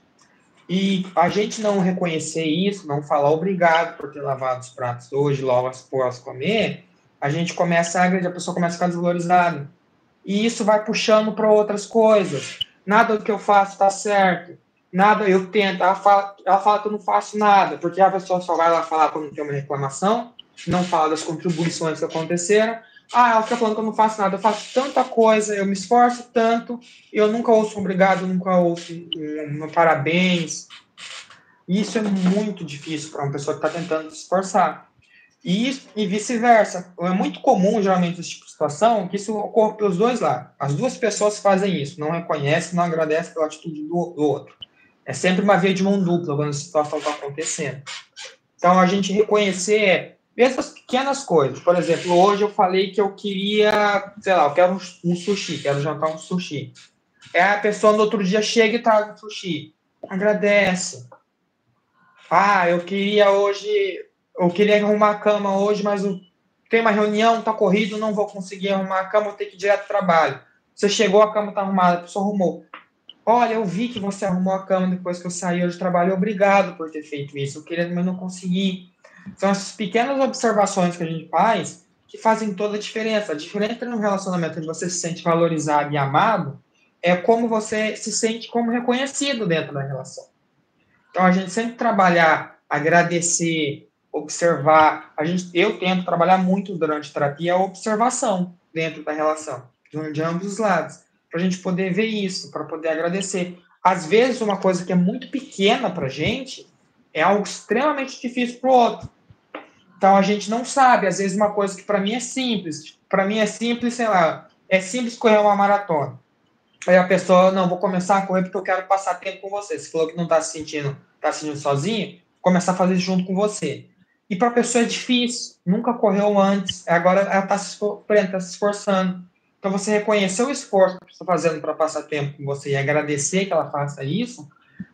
E a gente não reconhecer isso, não falar obrigado por ter lavado os pratos hoje, logo após comer, a gente começa a agredir, a pessoa começa a ficar desvalorizada. E isso vai puxando para outras coisas. Nada do que eu faço está certo. Nada, eu tento. Ela fala, ela fala que eu não faço nada, porque a pessoa só vai lá falar quando tem uma reclamação, não fala das contribuições que aconteceram. Ah, ela fica falando que eu não faço nada. Eu faço tanta coisa, eu me esforço tanto, e eu nunca ouço um obrigado, nunca ouço um, um parabéns. E isso é muito difícil para uma pessoa que está tentando se esforçar. E, e vice-versa. É muito comum, geralmente, esse tipo de situação, que isso ocorre pelos dois lados. As duas pessoas fazem isso, não reconhecem, não agradecem pela atitude do, do outro. É sempre uma via de mão dupla quando a situação está acontecendo. Então, a gente reconhecer mesmo as pequenas coisas. Por exemplo, hoje eu falei que eu queria, sei lá, eu quero um, um sushi, quero jantar um sushi. É a pessoa no outro dia chega e traz um sushi. Agradece. Ah, eu queria hoje... Eu queria arrumar a cama hoje, mas eu tenho uma reunião, tá corrido, não vou conseguir arrumar a cama, vou ter que ir direto ao trabalho. Você chegou, a cama tá arrumada, a pessoa arrumou. Olha, eu vi que você arrumou a cama depois que eu saí hoje do trabalho, obrigado por ter feito isso. Eu queria, mas não consegui. São essas pequenas observações que a gente faz que fazem toda a diferença. A diferença no relacionamento onde você se sente valorizado e amado é como você se sente como reconhecido dentro da relação. Então, a gente sempre trabalhar, agradecer, observar. A gente, eu tento trabalhar muito durante a terapia a observação dentro da relação, de ambos os lados, para a gente poder ver isso, para poder agradecer. Às vezes, uma coisa que é muito pequena para a gente é algo extremamente difícil para o outro. Então, a gente não sabe. Às vezes, uma coisa que para mim é simples. Para mim é simples, sei lá, é simples correr uma maratona. Aí a pessoa, não, vou começar a correr porque eu quero passar tempo com você. Você falou que não está se sentindo, está se sentindo sozinho, vou começar a fazer isso junto com você. E para a pessoa é difícil, nunca correu antes, agora ela está se, tá se esforçando. Então, você reconhecer o esforço que você está fazendo para passar tempo com você e agradecer que ela faça isso,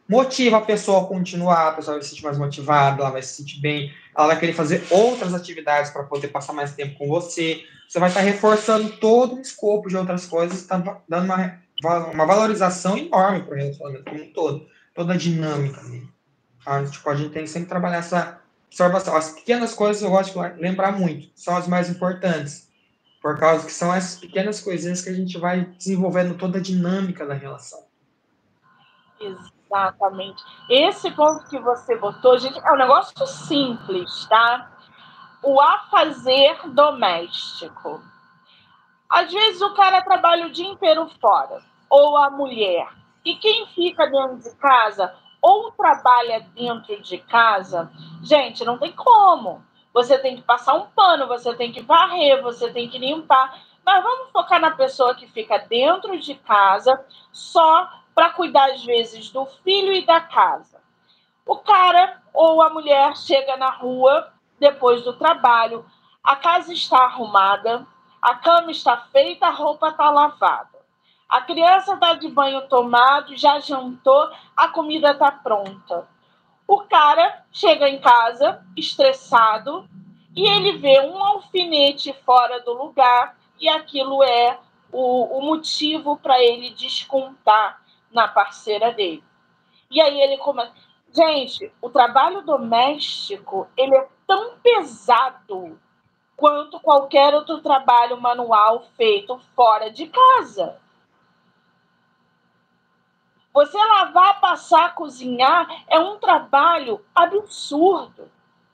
motiva a pessoa a continuar, a pessoa vai se sentir mais motivada, ela vai se sentir bem, ela vai querer fazer outras atividades para poder passar mais tempo com você. Você vai estar reforçando todo o escopo de outras coisas, está dando uma, uma valorização enorme para o relacionamento como um todo, toda a dinâmica dele. Tá? Tipo, a gente tem que sempre trabalhar essa observação. As pequenas coisas eu gosto de lembrar muito, são as mais importantes, por causa que são essas pequenas coisinhas que a gente vai desenvolvendo toda a dinâmica da relação. Exatamente. Esse ponto que você botou, gente, é um negócio simples, tá? O afazer doméstico. Às vezes o cara trabalha o dia inteiro fora, ou a mulher. E quem fica dentro de casa, ou trabalha dentro de casa, gente, não tem como. Você tem que passar um pano, você tem que varrer, você tem que limpar. Mas vamos focar na pessoa que fica dentro de casa só para cuidar, às vezes, do filho e da casa. O cara ou a mulher chega na rua depois do trabalho, a casa está arrumada, a cama está feita, a roupa está lavada. A criança está de banho tomado, já jantou, a comida está pronta. O cara chega em casa estressado e ele vê um alfinete fora do lugar e aquilo é o, o motivo para ele descontar na parceira dele. E aí ele começa... Gente, o trabalho doméstico, ele é tão pesado quanto qualquer outro trabalho manual feito fora de casa. Você lavar, passar, cozinhar é um trabalho absurdo.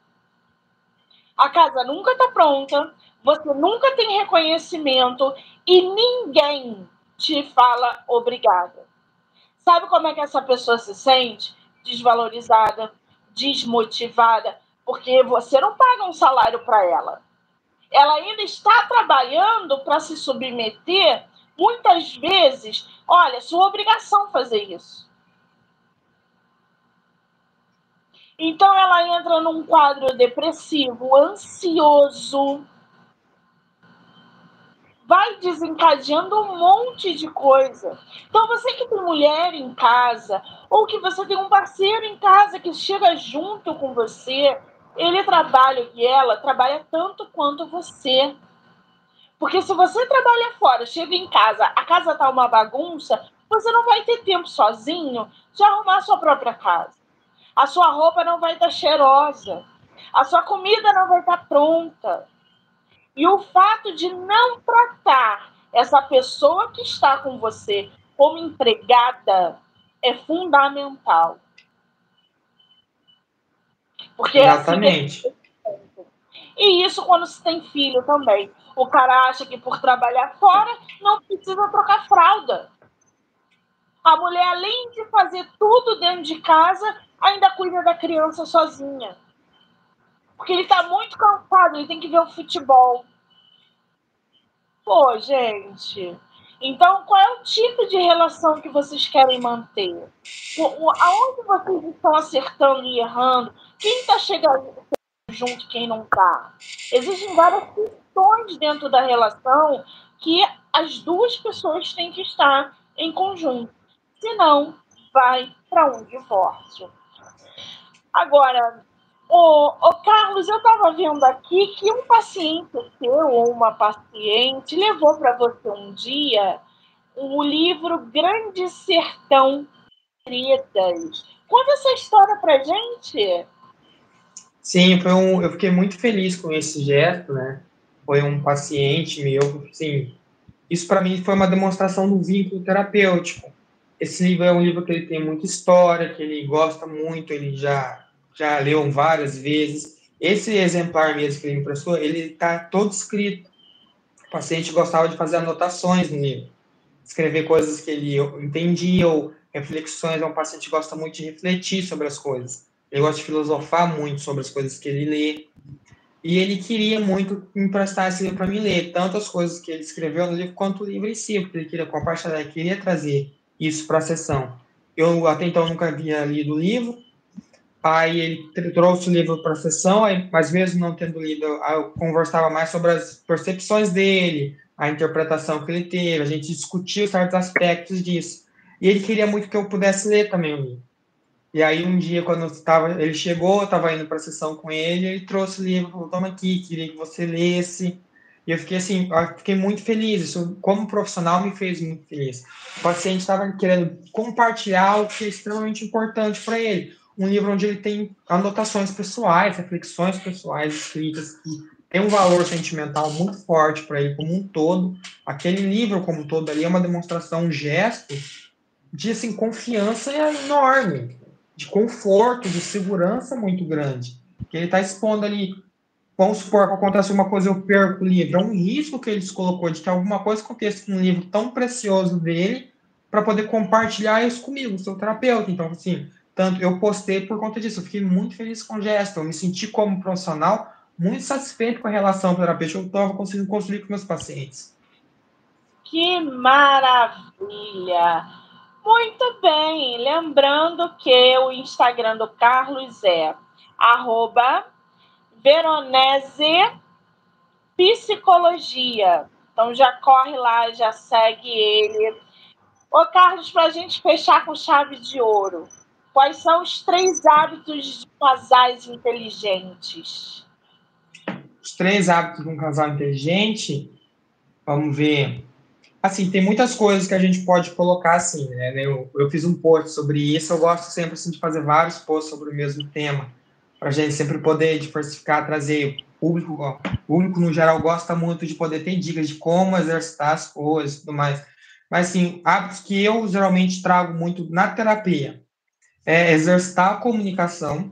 A casa nunca está pronta, você nunca tem reconhecimento e ninguém te fala obrigada. Sabe como é que essa pessoa se sente? Desvalorizada, desmotivada, porque você não paga um salário para ela. Ela ainda está trabalhando para se submeter, muitas vezes, olha, sua obrigação fazer isso. Então ela entra num quadro depressivo, ansioso, vai desencadeando um monte de coisa. Então, você que tem mulher em casa, ou que você tem um parceiro em casa que chega junto com você, ele trabalha e ela trabalha tanto quanto você. Porque se você trabalha fora, chega em casa, a casa está uma bagunça, você não vai ter tempo sozinho de arrumar a sua própria casa. A sua roupa não vai estar cheirosa. A sua comida não vai estar pronta. E o fato de não tratar essa pessoa que está com você como empregada é fundamental. Porque Exatamente. É assim que... E isso quando se tem filho também. O cara acha que por trabalhar fora não precisa trocar fralda. A mulher, além de fazer tudo dentro de casa, ainda cuida da criança sozinha. Porque ele está muito cansado, ele tem que ver o futebol. Pô, gente, então qual é o tipo de relação que vocês querem manter? Aonde vocês estão acertando e errando? Quem está chegando junto, quem não está? Existem várias questões dentro da relação que as duas pessoas têm que estar em conjunto. Senão, vai para um divórcio. Agora, Ô, ô, Carlos, eu estava vendo aqui que um paciente seu ou uma paciente levou para você um dia o livro Grande Sertão Tretas. Conta essa história para gente. Sim, foi um, eu fiquei muito feliz com esse gesto, né? Foi um paciente meu, sim. Isso para mim foi uma demonstração do vínculo terapêutico. Esse livro é um livro que ele tem muita história, que ele gosta muito, ele já já leu várias vezes. Esse exemplar mesmo que ele impressou, ele está todo escrito. O paciente gostava de fazer anotações no livro, escrever coisas que ele entendia ou reflexões. É um paciente que gosta muito de refletir sobre as coisas. Ele gosta de filosofar muito sobre as coisas que ele lê. E ele queria muito emprestar esse livro para mim ler, tanto as coisas que ele escreveu no livro, quanto o livro em si, porque ele queria compartilhar, ele queria trazer isso para a sessão. Eu até então nunca havia lido o livro, aí ele trouxe o livro para a sessão, aí, mas mesmo não tendo lido, eu conversava mais sobre as percepções dele, a interpretação que ele teve, a gente discutiu certos aspectos disso. E ele queria muito que eu pudesse ler também o livro. E aí um dia, quando eu tava, ele chegou, eu estava indo para a sessão com ele, ele trouxe o livro, falou, toma aqui, queria que você lesse. E eu fiquei assim, eu fiquei muito feliz, isso como profissional me fez muito feliz. O paciente estava querendo compartilhar algo que é extremamente importante para ele. Um livro onde ele tem anotações pessoais, reflexões pessoais escritas que tem um valor sentimental muito forte para ele como um todo. Aquele livro como um todo ali é uma demonstração, um gesto de assim, confiança enorme, de conforto, de segurança muito grande. Que ele está expondo ali, vamos supor que acontece uma coisa, eu perco o livro. É um risco que ele se colocou de que alguma coisa aconteça com um livro tão precioso dele para poder compartilhar isso comigo, seu terapeuta. Então, assim, tanto eu postei por conta disso. Eu fiquei muito feliz com o gesto. Eu me senti como profissional muito satisfeito com a relação terapêutica que eu estava conseguindo construir com meus pacientes. Que maravilha! Muito bem, lembrando que o Instagram do Carlos é arroba Veronese Psicologia. Então já corre lá, já segue ele. Ô Carlos, para a gente fechar com chave de ouro, quais são os três hábitos de casais inteligentes? Os três hábitos de um casal inteligente, vamos ver. Assim, tem muitas coisas que a gente pode colocar assim, né? Eu, eu fiz um post sobre isso, eu gosto sempre assim, de fazer vários posts sobre o mesmo tema, para a gente sempre poder diversificar, trazer público. Ó, o público, no geral, gosta muito de poder ter dicas de como exercitar as coisas e tudo mais. Mas, assim, hábitos que eu geralmente trago muito na terapia é exercitar a comunicação.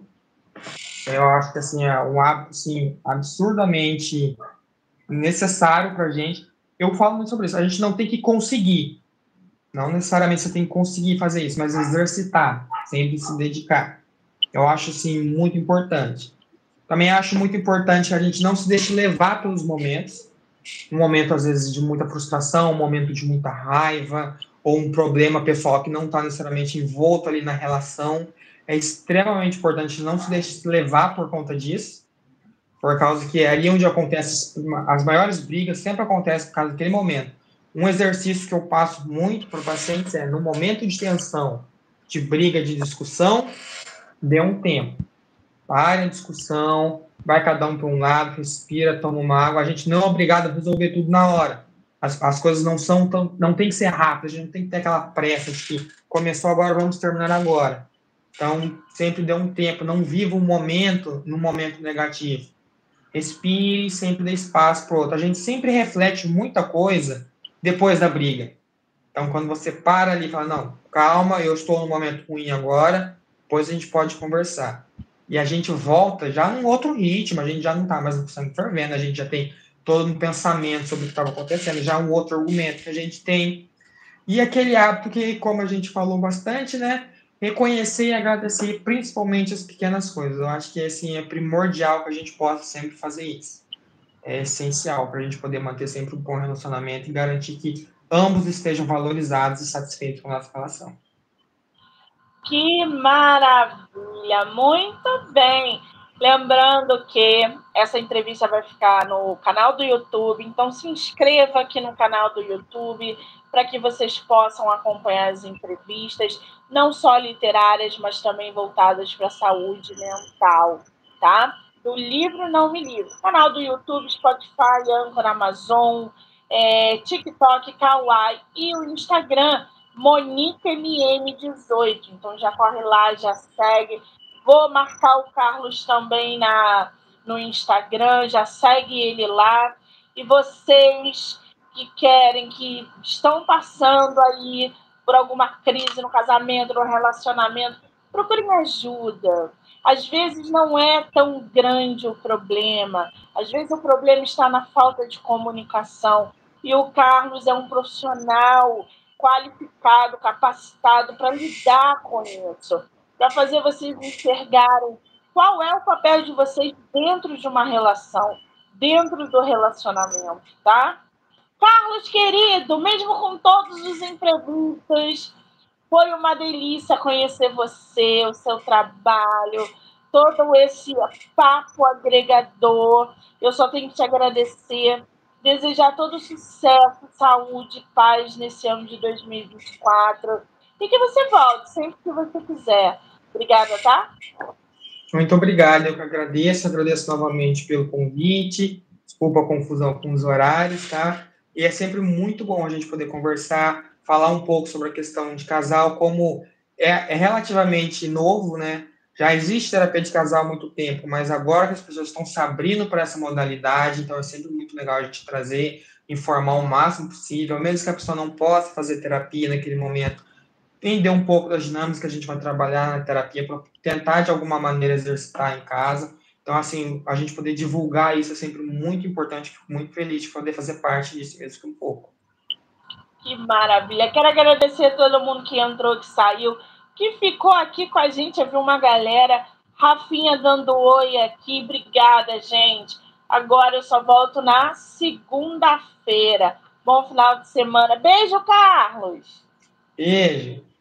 Eu acho que, assim, é um hábito, assim, absurdamente necessário para a gente. Eu falo muito sobre isso. A gente não tem que conseguir. Não necessariamente você tem que conseguir fazer isso, mas exercitar, sempre se dedicar. Eu acho, assim, muito importante. Também acho muito importante que a gente não se deixe levar pelos momentos. Um momento, às vezes, de muita frustração, um momento de muita raiva, ou um problema pessoal que não está necessariamente envolto ali na relação. É extremamente importante não se deixe levar por conta disso, por causa que é ali onde acontece as maiores brigas, sempre acontece por causa daquele momento. Um exercício que eu passo muito para pacientes é, no momento de tensão, de briga, de discussão, dê um tempo. Pare a discussão, vai cada um para um lado, respira, toma uma água. A gente não é obrigado a resolver tudo na hora. As, as coisas não são tão, não tem que ser rápido, a gente não tem que ter aquela pressa de que começou agora, vamos terminar agora. Então, sempre dê um tempo, não viva um momento num momento negativo. Respire, sempre dê espaço para o outro. A gente sempre reflete muita coisa depois da briga. Então, quando você para ali e fala, não, calma, eu estou num momento ruim agora, depois a gente pode conversar. E a gente volta já num outro ritmo, a gente já não está mais no sangue fervendo, a gente já tem todo um pensamento sobre o que estava acontecendo, já um outro argumento que a gente tem. E aquele hábito que, como a gente falou bastante, né, reconhecer e agradecer principalmente as pequenas coisas. Eu acho que assim, é primordial que a gente possa sempre fazer isso. É essencial para a gente poder manter sempre um bom relacionamento e garantir que ambos estejam valorizados e satisfeitos com a nossa relação. Que maravilha! Muito bem! Lembrando que essa entrevista vai ficar no canal do YouTube, então se inscreva aqui no canal do YouTube para que vocês possam acompanhar as entrevistas, não só literárias, mas também voltadas para a saúde mental, tá? Do livro Não Me Livro. Canal do YouTube, Spotify, Anchor, Amazon, é, TikTok, Kawaii e o Instagram Monique M M dezoito. Então já corre lá, já segue. Vou marcar o Carlos também na, no Instagram, já segue ele lá. E vocês que querem, que estão passando aí por alguma crise no casamento, no relacionamento, procurem ajuda. Às vezes não é tão grande o problema. Às vezes o problema está na falta de comunicação. E o Carlos é um profissional qualificado, capacitado para lidar com isso, para fazer vocês enxergarem qual é o papel de vocês dentro de uma relação, dentro do relacionamento, tá? Carlos, querido, mesmo com todos os imprevistos, foi uma delícia conhecer você, o seu trabalho, todo esse papo agregador. Eu só tenho que te agradecer, desejar todo sucesso, saúde, paz nesse ano de dois mil e vinte e quatro. E que você volte sempre que você quiser. Obrigada, tá? Muito obrigado, eu que agradeço, agradeço novamente pelo convite, desculpa a confusão com os horários, tá? E é sempre muito bom a gente poder conversar, falar um pouco sobre a questão de casal, como é, é relativamente novo, né? Já existe terapia de casal há muito tempo, mas agora que as pessoas estão se abrindo para essa modalidade, então é sempre muito legal a gente trazer, informar o máximo possível, mesmo que a pessoa não possa fazer terapia naquele momento, entender um pouco das dinâmicas que a gente vai trabalhar na terapia para tentar, de alguma maneira, exercitar em casa. Então, assim, a gente poder divulgar isso é sempre muito importante. Fico muito feliz de poder fazer parte disso mesmo que um pouco. Que maravilha. Quero agradecer a todo mundo que entrou, que saiu, que ficou aqui com a gente. Eu vi uma galera. Rafinha dando oi aqui. Obrigada, gente. Agora eu só volto na segunda-feira. Bom final de semana. Beijo, Carlos. Beijo.